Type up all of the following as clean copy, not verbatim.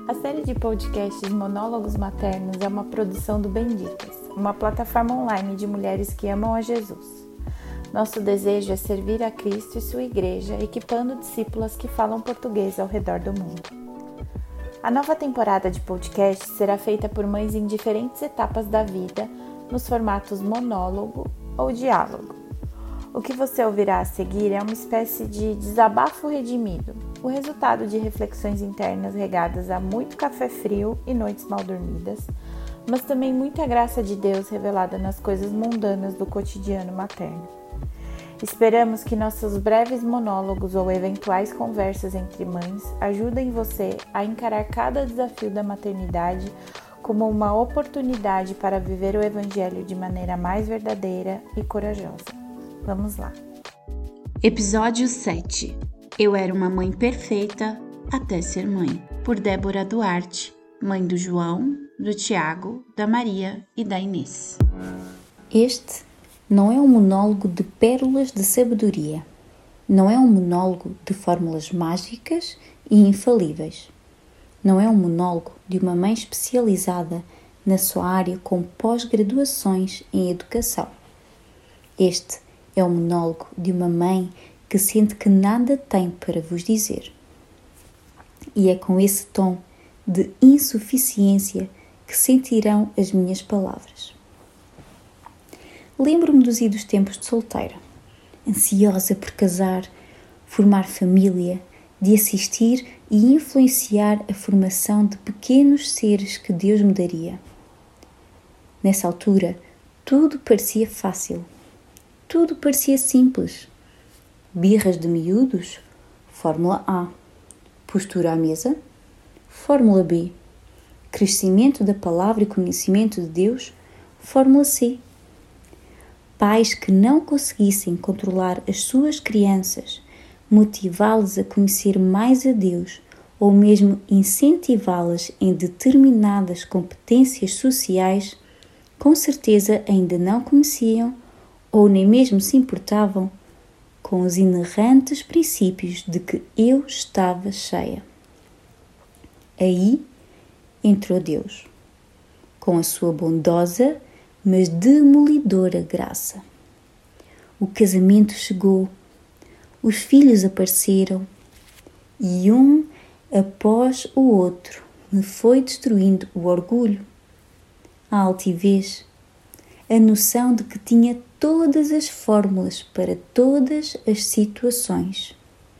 A série de podcasts Monólogos Maternos é uma produção do Benditas, uma plataforma online de mulheres que amam a Jesus. Nosso desejo é servir a Cristo e sua igreja, equipando discípulas que falam português ao redor do mundo. A nova temporada de podcast será feita por mães em diferentes etapas da vida, nos formatos monólogo ou diálogo. O que você ouvirá a seguir é uma espécie de desabafo redimido, o resultado de reflexões internas regadas a muito café frio e noites mal dormidas, mas também muita graça de Deus revelada nas coisas mundanas do cotidiano materno. Esperamos que nossos breves monólogos ou eventuais conversas entre mães ajudem você a encarar cada desafio da maternidade como uma oportunidade para viver o Evangelho de maneira mais verdadeira e corajosa. Vamos lá. Episódio 7. Eu era uma mãe perfeita até ser mãe. Por Débora Duarte, mãe do João, do Tiago, da Maria e da Inês. Este não é um monólogo de pérolas de sabedoria. Não é um monólogo de fórmulas mágicas e infalíveis. Não é um monólogo de uma mãe especializada na sua área com pós-graduações em educação. Este é o monólogo de uma mãe que sente que nada tem para vos dizer. E é com esse tom de insuficiência que sentirão as minhas palavras. Lembro-me dos idos tempos de solteira, ansiosa por casar, formar família, de assistir e influenciar a formação de pequenos seres que Deus me daria. Nessa altura, tudo parecia fácil, tudo parecia simples. Birras de miúdos, Fórmula A. Postura à mesa, Fórmula B. Crescimento da palavra e conhecimento de Deus, Fórmula C. Pais que não conseguissem controlar as suas crianças, motivá-las a conhecer mais a Deus ou mesmo incentivá-las em determinadas competências sociais, com certeza ainda não conheciam ou nem mesmo se importavam com os inerrantes princípios de que eu estava cheia. Aí entrou Deus, com a sua bondosa mas demolidora graça. O casamento chegou, os filhos apareceram e um após o outro me foi destruindo o orgulho, a altivez, a noção de que tinha todas as fórmulas para todas as situações.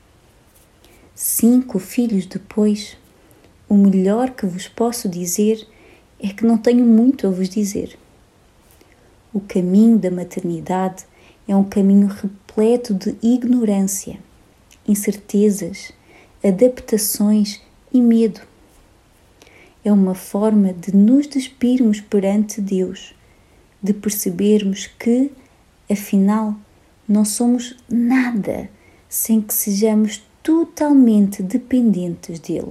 5 filhos depois, o melhor que vos posso dizer é que não tenho muito a vos dizer. O caminho da maternidade é um caminho repleto de ignorância, incertezas, adaptações e medo. É uma forma de nos despirmos perante Deus, de percebermos que, afinal, não somos nada sem que sejamos totalmente dependentes dele.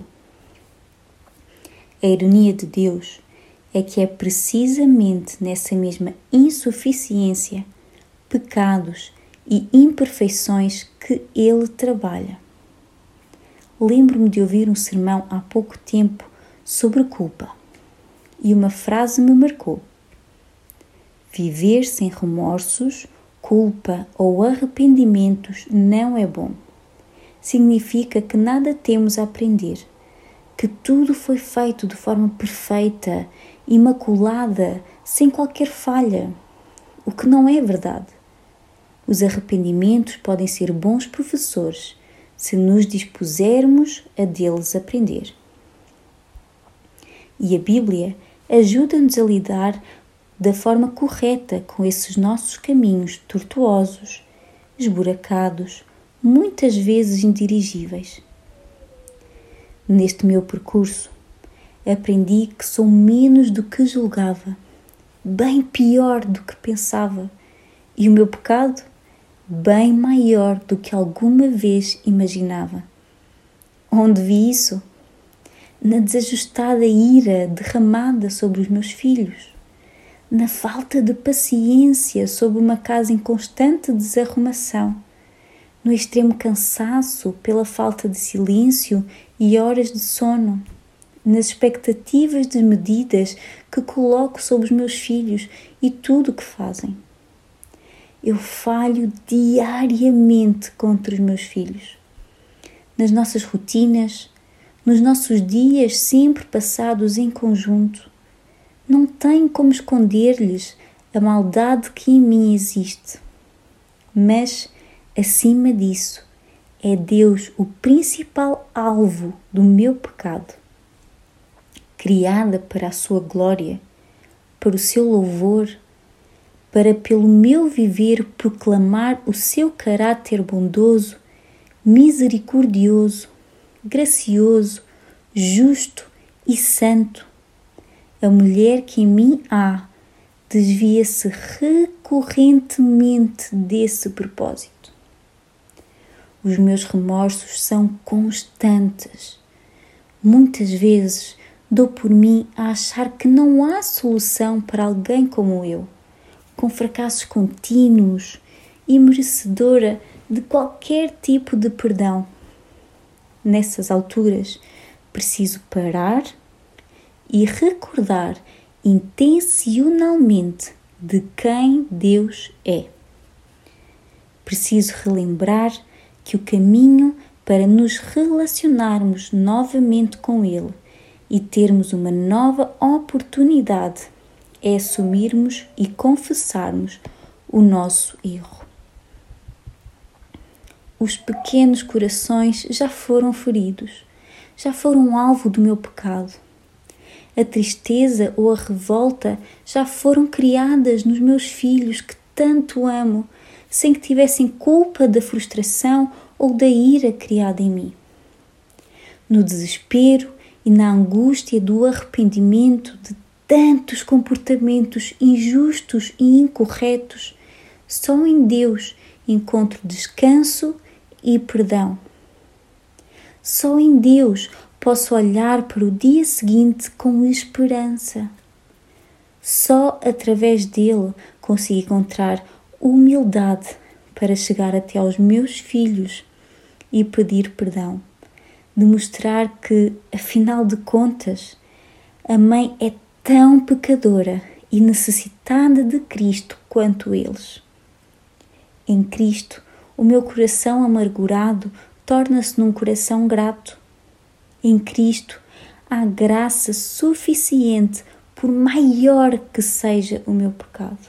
A ironia de Deus é que é precisamente nessa mesma insuficiência, pecados e imperfeições que ele trabalha. Lembro-me de ouvir um sermão há pouco tempo sobre culpa e uma frase me marcou. Viver sem remorsos, culpa ou arrependimentos não é bom. Significa que nada temos a aprender, que tudo foi feito de forma perfeita, imaculada, sem qualquer falha, o que não é verdade. Os arrependimentos podem ser bons professores se nos dispusermos a deles aprender. E a Bíblia ajuda-nos a lidar da forma correta com esses nossos caminhos tortuosos, esburacados, muitas vezes indirigíveis. Neste meu percurso, aprendi que sou menos do que julgava, bem pior do que pensava, e o meu pecado, bem maior do que alguma vez imaginava. Onde vi isso? Na desajustada ira derramada sobre os meus filhos, na falta de paciência sobre uma casa em constante desarrumação, no extremo cansaço pela falta de silêncio e horas de sono, nas expectativas desmedidas que coloco sobre os meus filhos e tudo o que fazem. Eu falho diariamente contra os meus filhos. Nas nossas rotinas, nos nossos dias sempre passados em conjunto, não tenho como esconder-lhes a maldade que em mim existe. Mas, acima disso, é Deus o principal alvo do meu pecado. Criada para a sua glória, para o seu louvor, para pelo meu viver proclamar o seu caráter bondoso, misericordioso, gracioso, justo e santo. A mulher que em mim há desvia-se recorrentemente desse propósito. Os meus remorsos são constantes. Muitas vezes dou por mim a achar que não há solução para alguém como eu, com fracassos contínuos e merecedora de qualquer tipo de perdão. Nessas alturas, preciso parar e recordar intencionalmente de quem Deus é. Preciso relembrar que o caminho para nos relacionarmos novamente com Ele e termos uma nova oportunidade é assumirmos e confessarmos o nosso erro. Os pequenos corações já foram feridos, já foram alvo do meu pecado. A tristeza ou a revolta já foram criadas nos meus filhos que tanto amo, sem que tivessem culpa da frustração ou da ira criada em mim. No desespero e na angústia do arrependimento de tantos comportamentos injustos e incorretos, só em Deus encontro descanso e perdão. Só em Deus posso olhar para o dia seguinte com esperança. Só através dele consigo encontrar humildade para chegar até aos meus filhos e pedir perdão. Demonstrar que, afinal de contas, a mãe é tão pecadora e necessitada de Cristo quanto eles. Em Cristo, o meu coração amargurado torna-se num coração grato. Em Cristo, há graça suficiente por maior que seja o meu pecado.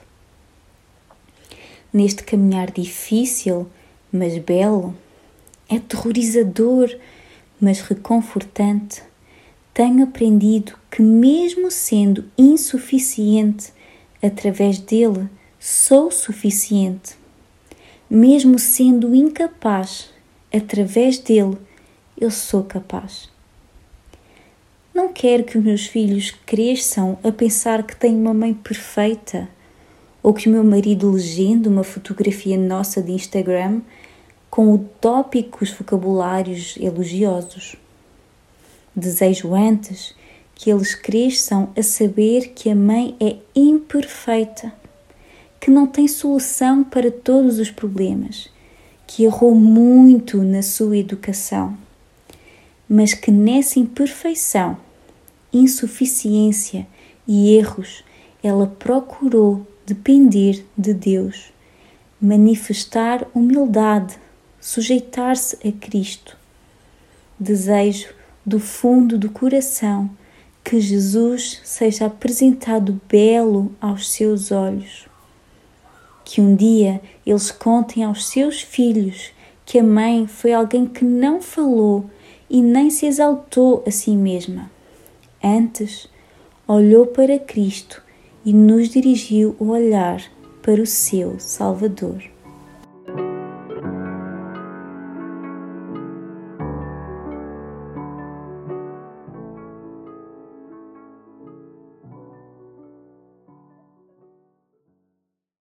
Neste caminhar difícil, mas belo, aterrorizador, mas reconfortante, tenho aprendido que mesmo sendo insuficiente, através dele sou suficiente. Mesmo sendo incapaz, através dele eu sou capaz. Não quero que os meus filhos cresçam a pensar que tenho uma mãe perfeita ou que o meu marido legenda uma fotografia nossa de Instagram com utópicos vocabulários elogiosos. Desejo antes que eles cresçam a saber que a mãe é imperfeita, que não tem solução para todos os problemas, que errou muito na sua educação, mas que nessa imperfeição, insuficiência e erros, ela procurou depender de Deus, manifestar humildade, sujeitar-se a Cristo. Desejo do fundo do coração que Jesus seja apresentado belo aos seus olhos. Que um dia eles contem aos seus filhos que a mãe foi alguém que não falou e nem se exaltou a si mesma. Antes, olhou para Cristo e nos dirigiu o olhar para o seu Salvador.